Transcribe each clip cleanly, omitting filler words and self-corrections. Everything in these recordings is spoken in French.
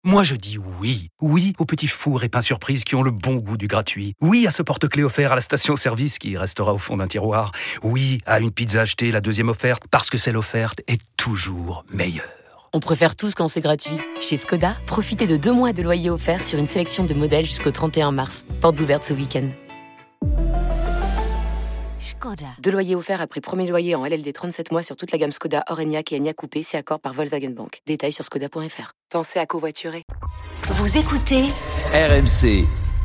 Moi je dis oui. Oui aux petits fours et pains surprises qui ont le bon goût du gratuit. Oui à ce porte-clés offert à la station-service qui restera au fond d'un tiroir. Oui à une pizza achetée, la deuxième offerte, parce que celle offerte est toujours meilleure. On préfère tous quand c'est gratuit. Chez Skoda, profitez de 2 mois de loyer offert sur une sélection de modèles jusqu'au 31 mars. Portes ouvertes ce week-end. 2 loyers offerts après premier loyer en LLD 37 mois sur toute la gamme Skoda, Orenia et Enyaq Coupé, si accord par Volkswagen Bank. Détails sur skoda.fr. Pensez à covoiturer. Vous écoutez RMC.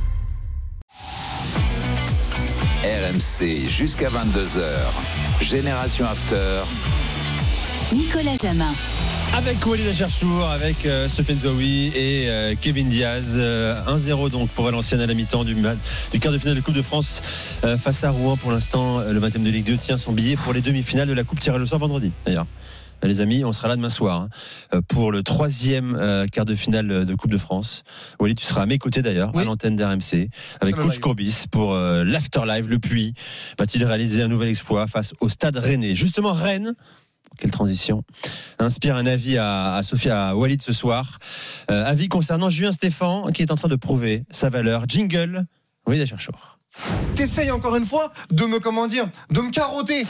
RMC jusqu'à 22h. Génération After. Nicolas Jamin. Avec Walid Acharchour, avec Sofiane Zaoui et Kevin Diaz. 1-0 donc pour Valenciennes à la mi-temps du quart de finale de Coupe de France face à Rouen. Pour l'instant, le 20e de Ligue 2 tient son billet pour les demi-finales de la Coupe tirage au sort vendredi d'ailleurs. Les amis, on sera là demain soir pour le 3e quart de finale de Coupe de France. Walid, tu seras à mes côtés d'ailleurs, oui, à l'antenne d'RMC, avec Coach Courbis pour l'Afterlive. Le Puy va-t-il réaliser un nouvel exploit face au Stade Rennais? Justement, Rennes, quelle transition, inspire un avis à Walid ce soir. Avis concernant Julien Stéphan qui est en train de prouver sa valeur. Jingle, Walid Acharchour. T'essayes encore une fois de me carotter.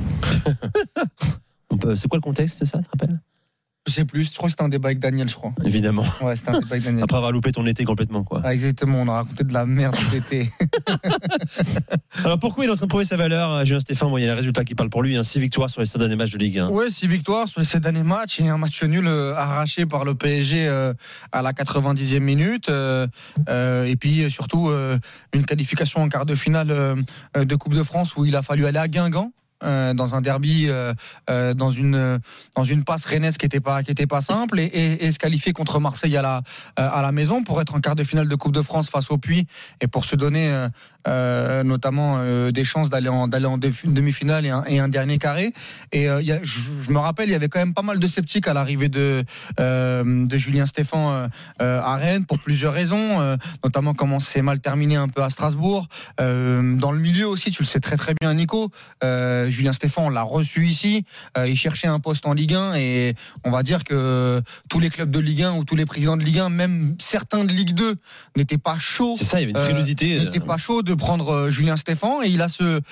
C'est quoi le contexte, ça, tu te rappelles? Je sais plus, je crois que c'était un débat avec Daniel, je crois. Évidemment. Ouais, c'était un débat avec Daniel. Après avoir loupé ton été complètement, quoi. Ah, exactement, on a raconté de la merde tout l'été. Alors pourquoi il est en train de prouver sa valeur, Julien Stéphan? Il y a les résultats qui parlent pour lui, 6 victoires sur les 7 derniers matchs de Ligue 1. Ouais, 6 victoires sur les 7 derniers matchs et un match nul arraché par le PSG à la 90e minute. Et puis surtout une qualification en quart de finale de Coupe de France où il a fallu aller à Guingamp. Dans un derby, dans une passe rennaise qui était pas simple et se qualifier contre Marseille à la maison pour être en quart de finale de Coupe de France face au Puy et pour se donner notamment des chances d'aller en demi-finale et un dernier carré. Et je me rappelle, il y avait quand même pas mal de sceptiques à l'arrivée de Julien Stéphan à Rennes pour plusieurs raisons, notamment comment c'est mal terminé un peu à Strasbourg, dans le milieu aussi, tu le sais très très bien, Nico. Julien Stéphan, on l'a reçu ici, il cherchait un poste en Ligue 1 et on va dire que tous les clubs de Ligue 1 ou tous les présidents de Ligue 1, même certains de Ligue 2, n'étaient pas chauds. C'est ça, il y avait une frilosité. N'étaient pas chauds de prendre Julien Stéphan et il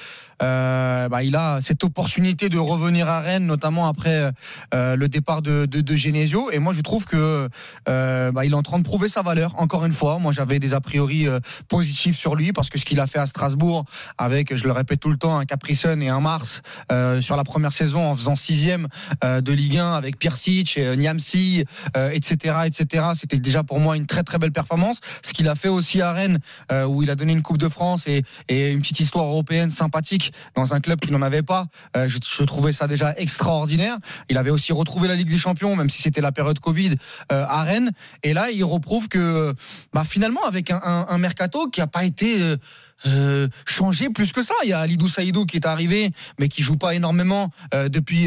a cette opportunité de revenir à Rennes, notamment après le départ de Genesio. Et moi, je trouve que il est en train de prouver sa valeur. Encore une fois, moi, j'avais des a priori positifs sur lui parce que ce qu'il a fait à Strasbourg, avec, je le répète tout le temps, un Caprisson et un Mars sur la première saison, en faisant 6e de Ligue 1 avec Pirsic, Niamsi, etc., c'était déjà pour moi une très très belle performance. Ce qu'il a fait aussi à Rennes, où il a donné une Coupe de France et une petite histoire européenne sympathique dans un club qui n'en avait pas, je trouvais ça déjà extraordinaire. Il avait aussi retrouvé la Ligue des Champions, même si c'était la période Covid, à Rennes. Et là, il reprouve que finalement, avec un mercato qui n'a pas été changé plus que ça. Il y a Alidou Saïdou qui est arrivé, mais qui joue pas énormément depuis.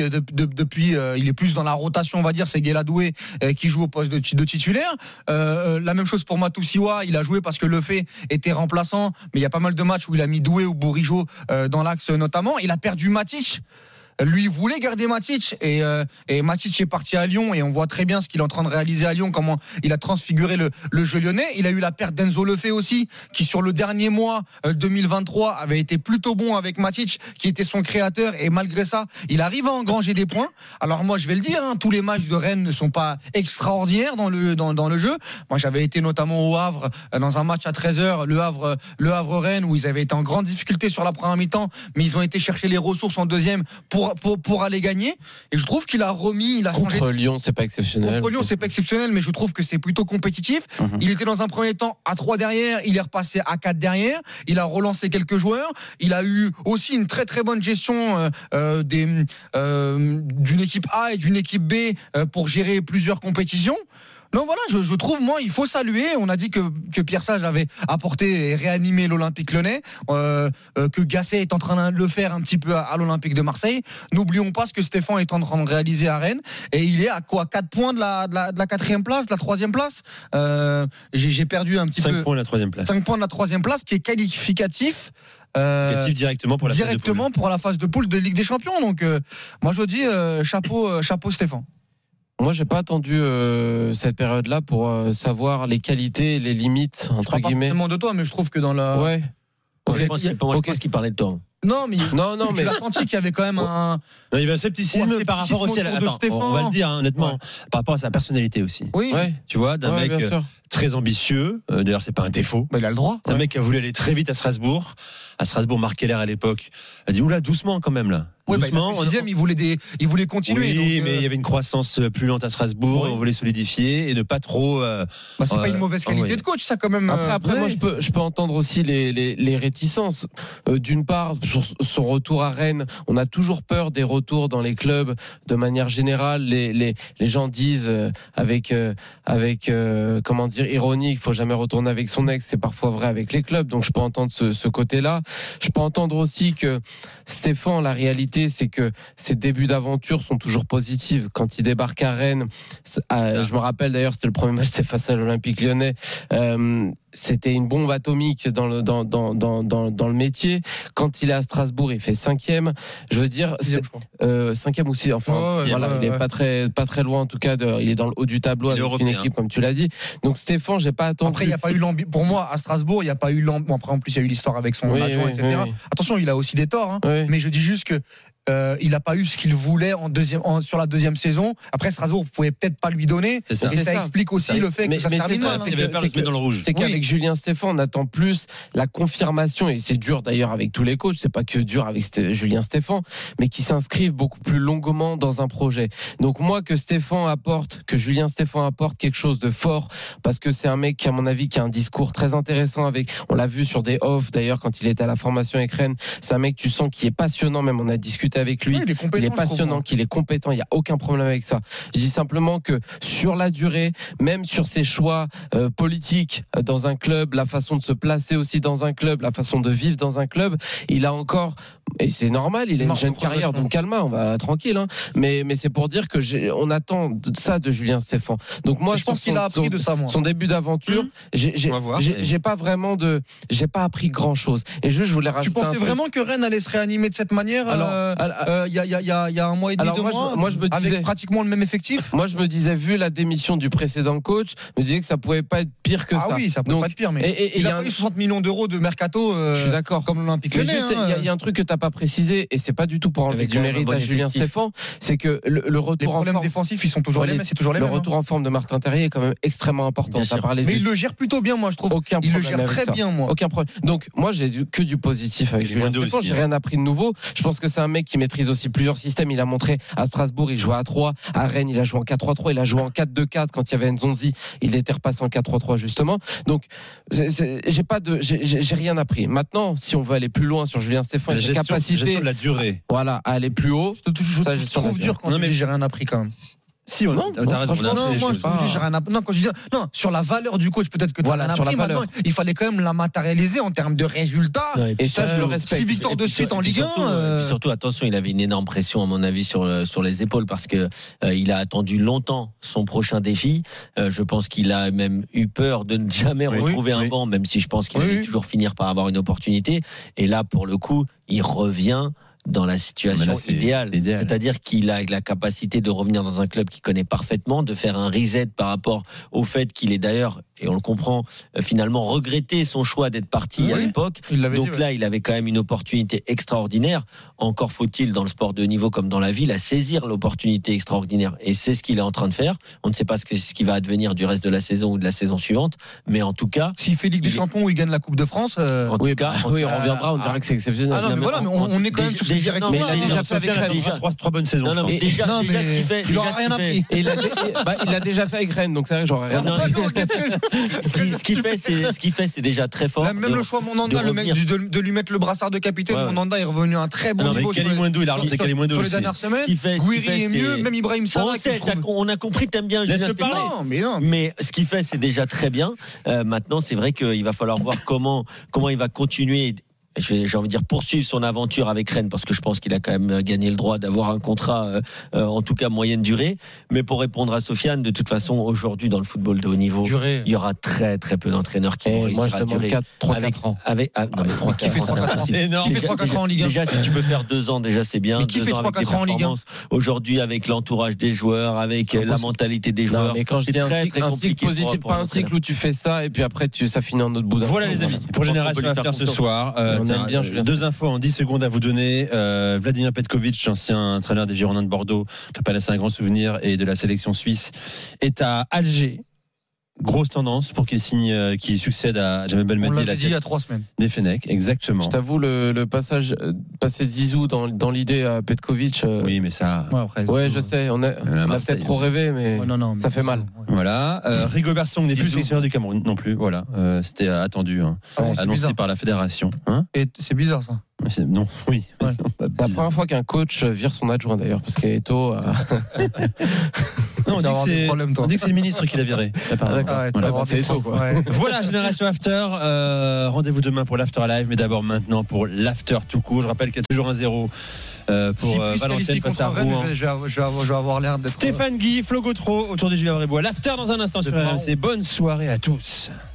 Il est plus dans la rotation, on va dire. C'est Guéladoué qui joue au poste de titulaire. La même chose pour Matoussiwa. Il a joué parce que Lefebvre était remplaçant, mais il y a pas mal de matchs où il a mis Doué ou Bourigeaud dans l'axe notamment. Il a perdu Matic. Lui voulait garder Matic et Matic est parti à Lyon et on voit très bien ce qu'il est en train de réaliser à Lyon, comment il a transfiguré le jeu lyonnais. Il a eu la perte d'Enzo Lefebvre aussi, qui sur le dernier mois 2023 avait été plutôt bon avec Matic, qui était son créateur, et malgré ça il arrive à engranger des points. Alors moi je vais le dire, tous les matchs de Rennes ne sont pas extraordinaires dans le jeu. Moi j'avais été notamment au Havre dans un match à 13h, le Havre-Rennes, où ils avaient été en grande difficulté sur la première mi-temps, mais ils ont été chercher les ressources en deuxième pour aller gagner. Et je trouve qu'il a changé. Contre Lyon, c'est pas exceptionnel. Contre Lyon, c'est pas exceptionnel, mais je trouve que c'est plutôt compétitif. Il était dans un premier temps à 3 derrière, il est repassé à 4 derrière, il a relancé quelques joueurs, il a eu aussi une très très bonne gestion d'une équipe A et d'une équipe B pour gérer plusieurs compétitions. Non, voilà, je trouve, moi, il faut saluer. On a dit que Pierre Sage avait apporté et réanimé l'Olympique Lyonnais, que Gasset est en train de le faire un petit peu à l'Olympique de Marseille. N'oublions pas ce que Stéphan est en train de réaliser à Rennes. Et il est à quoi, 4 points de la 4e place, de la 3e place. J'ai perdu un petit peu. 5 points de la 3e place. 5 points de la 3e place, qui est qualificatif. Directement pour la phase de poule de Ligue des Champions. Donc, moi, je dis chapeau Stéphan. Moi, j'ai pas attendu cette période-là pour savoir les qualités et les limites entre Je parle pas guillemets. forcément de toi, mais je trouve que dans la. Ouais. Moi, je pense qu'il parlait de toi. Non, mais Non, mais tu l'as senti qu'il y avait quand même un. Non, il y avait un scepticisme Ouais, par rapport aussi à la. autour de Attends, Stéphane. on va le dire honnêtement, par rapport à sa personnalité aussi. Oui. ouais. Tu vois, d'un Ouais, mec bien sûr. très ambitieux. D'ailleurs, c'est pas un défaut. Bah, il a le droit. C'est un mec qui a voulu aller très vite à Strasbourg. À Strasbourg, Marc Keller à l'époque a dit oula, doucement quand même là. Ouais, bah, Doucement. il a fait sixième, il voulait continuer. Oui, donc, mais il y avait une croissance plus lente à Strasbourg. Oui. On voulait solidier et ne pas trop. bah, c'est pas une mauvaise qualité de coach, ça quand même. Après, moi, je peux entendre aussi les réticences. D'une part, sur son retour à Rennes, on a toujours peur des retours dans les clubs. De manière générale, les gens disent avec comment dire, ironie, il faut jamais retourner avec son ex. C'est parfois vrai avec les clubs. Donc, je peux entendre ce côté-là. Je peux entendre aussi que Stéphane, la réalité, c'est que ses débuts d'aventure sont toujours positifs. Quand il débarque à Rennes, je me rappelle d'ailleurs, c'était le premier match, c'était face à l'Olympique Lyonnais. C'était une bombe atomique dans le métier. Quand il est à Strasbourg, il fait 5e. Je veux dire, 5e ou 6. Enfin, il est pas très loin en tout cas. Il est dans le haut du tableau avec une équipe comme tu l'as dit. Donc Stéphane, j'ai pas attendu. Après, il y a pas eu pour moi à Strasbourg, il y a pas eu bon, après en plus il y a eu l'histoire avec son adjoint, etc. Oui. Attention, il a aussi des torts, hein, mais je dis juste que il n'a pas eu ce qu'il voulait sur la deuxième saison. Après Strasbourg, vous pouvez peut-être pas lui donner. Et ça explique aussi le fait que ça se termine mal. C'est qu'avec Julien Stéphane, on attend plus la confirmation, et c'est dur d'ailleurs avec tous les coachs, c'est pas que dur avec Julien Stéphane, mais qui s'inscrivent beaucoup plus longuement dans un projet. Donc moi, que Julien Stéphane apporte quelque chose de fort, parce que c'est un mec qui, à mon avis, qui a un discours très intéressant on l'a vu sur des off d'ailleurs quand il était à la formation avec Rennes. C'est un mec, tu sens, qui est passionnant, même on a discuté avec lui. Oui, il est passionnant, qu'il est compétent, il n'y a aucun problème avec ça. Je dis simplement que sur la durée, même sur ses choix politiques dans un club, la façon de se placer aussi dans un club, la façon de vivre dans un club, il a encore, et c'est normal, il a une jeune carrière, donc calme, on va tranquille, hein. Mais c'est pour dire que on attend ça de Julien Stéphane. Donc moi, je pense qu'il a appris de ça, moi. Son début d'aventure, j'ai pas appris grand chose. Et je voulais rajouter. Tu pensais vraiment que Rennes allait se réanimer de cette manière? Il y a un mois et demi, 2 mois, moi, je me disais, avec pratiquement le même effectif. Moi, je me disais, vu la démission du précédent coach, je me disais que ça pouvait pas être pire que ça. Ah oui, ça pouvait pas être pire, mais il a eu 60 millions d'euros de mercato. Je suis d'accord. Comme l'Olympique Lyonnais. Il y a un truc que t'as pas précisé, et c'est pas du tout pour enlever du mérite à Julien Stéphane, c'est que le retour les problèmes défensifs, ils sont toujours les mêmes. C'est toujours les mêmes. Le retour en forme de Martin Terrier est quand même extrêmement important. Mais il le gère plutôt bien, moi, je trouve. Il le gère très bien, moi. Aucun problème. Donc moi, j'ai que du positif avec Julien Stéphane. J'ai rien appris de nouveau. Je pense que c'est un mec qui maîtrise aussi plusieurs systèmes. Il a montré à Strasbourg, il jouait à 3, à Rennes, il a joué en 4-3-3, il a joué en 4-2-4 quand il y avait Nzonzi, il était repassé en 4-3-3 justement. Donc j'ai rien appris. Maintenant, si on veut aller plus loin sur Julien Stéphane, sa capacité de la durée, voilà, à aller plus haut. Je trouve dur quand j'ai rien appris quand même. Si, t'as raison. Quand je dis sur la valeur du coach, peut-être que voilà, sur la valeur. Il fallait quand même la matérialiser en termes de résultats. Et ça, je le respecte. 6 victoires de suite en Ligue 1. Surtout, attention, il avait une énorme pression, à mon avis, sur les épaules, parce que il a attendu longtemps son prochain défi. Je pense qu'il a même eu peur de ne jamais retrouver un banc, même si je pense qu'il allait toujours finir par avoir une opportunité. Et là, pour le coup, il revient dans la situation idéale. C'est-à-dire qu'il a la capacité de revenir dans un club qu'il connaît parfaitement, de faire un reset par rapport au fait qu'il est d'ailleurs, et on le comprend, finalement regretté son choix d'être parti à l'époque. Donc là, il avait quand même une opportunité extraordinaire. Encore faut-il, dans le sport de haut niveau comme dans la vie, à saisir l'opportunité extraordinaire. Et c'est ce qu'il est en train de faire. On ne sait pas ce qui va advenir du reste de la saison ou de la saison suivante. Mais en tout cas, s'il fait Ligue des Champions ou il gagne la Coupe de France, en tout cas, on reviendra, on dira que c'est exceptionnel. Ah non, mais voilà, mais on est quand même sur ce direct. Mais il a déjà fait avec Rennes. Trois bonnes saisons. Non, mais déjà, ce qu'il fait, il n'aura rien appris. Il l'a déjà fait avec Rennes, donc c'est vrai que j'aurais rien appris. Ce qu'il fait, c'est déjà très fort. Même le choix Monanda, de lui mettre le brassard de capitaine, Monanda est revenu à un très bon niveau. Sur les dernières semaines, Guiri est mieux, même Ibrahim Sarr. On a compris, t'aimes bien Julien Stéphane. Mais ce qu'il fait, c'est déjà très bien. Maintenant, c'est vrai qu'il va falloir voir comment il va continuer j'ai envie de dire poursuivre son aventure avec Rennes, parce que je pense qu'il a quand même gagné le droit d'avoir un contrat en tout cas moyenne durée. Mais pour répondre à Sofiane, de toute façon aujourd'hui dans le football de haut niveau, il y aura très très peu d'entraîneurs qui vont réussir à durer 3-4 ans. Qui fait 3-4 ans en Ligue 1. Déjà, si tu peux faire 2 ans, déjà c'est bien. Mais qui fait 3-4 ans en Ligue 1 aujourd'hui, avec l'entourage des joueurs, avec la mentalité des joueurs. Non, mais quand je dis un cycle positif, pas un cycle où tu fais ça et puis après ça finit en autre bout d'un. Voilà les amis, pour Génération After ce soir. On aime bien, 2 infos en 10 secondes à vous donner. Vladimir Petkovic, ancien entraîneur des Girondins de Bordeaux, qui a pas laissé un grand souvenir, et de la sélection suisse, est à Alger. Grosse tendance pour qu'il signe, qu'il succède à Jamel Belmadi. On l'avait dit il y a 3 semaines. Des Fenech, exactement. Je t'avoue, le passer de Zizou dans l'idée à Petkovic. Oui, mais ça. Ouais, je sais. On a peut-être trop rêvé, mais ça fait mal. Voilà. Rigobert Song n'est plus sélectionneur du Cameroun non plus. Voilà. C'était attendu, annoncé par la fédération. Et c'est bizarre ça. Non, oui. Ouais. C'est la première fois qu'un coach vire son adjoint d'ailleurs, parce qu'Eto. Non, on dit que c'est le ministre qui l'a viré. C'est Eto, quoi. Ouais. Voilà, Génération After. Rendez-vous demain pour l'After Live, mais d'abord maintenant pour l'After tout court. Je rappelle qu'il y a toujours un 0 pour Valenciennes face à Rouen. Je vais avoir l'air d'être. Stéphane Guy, Flo Gautreau autour de Julien Brébois. L'After dans un instant sur RMC. Bonne soirée à tous.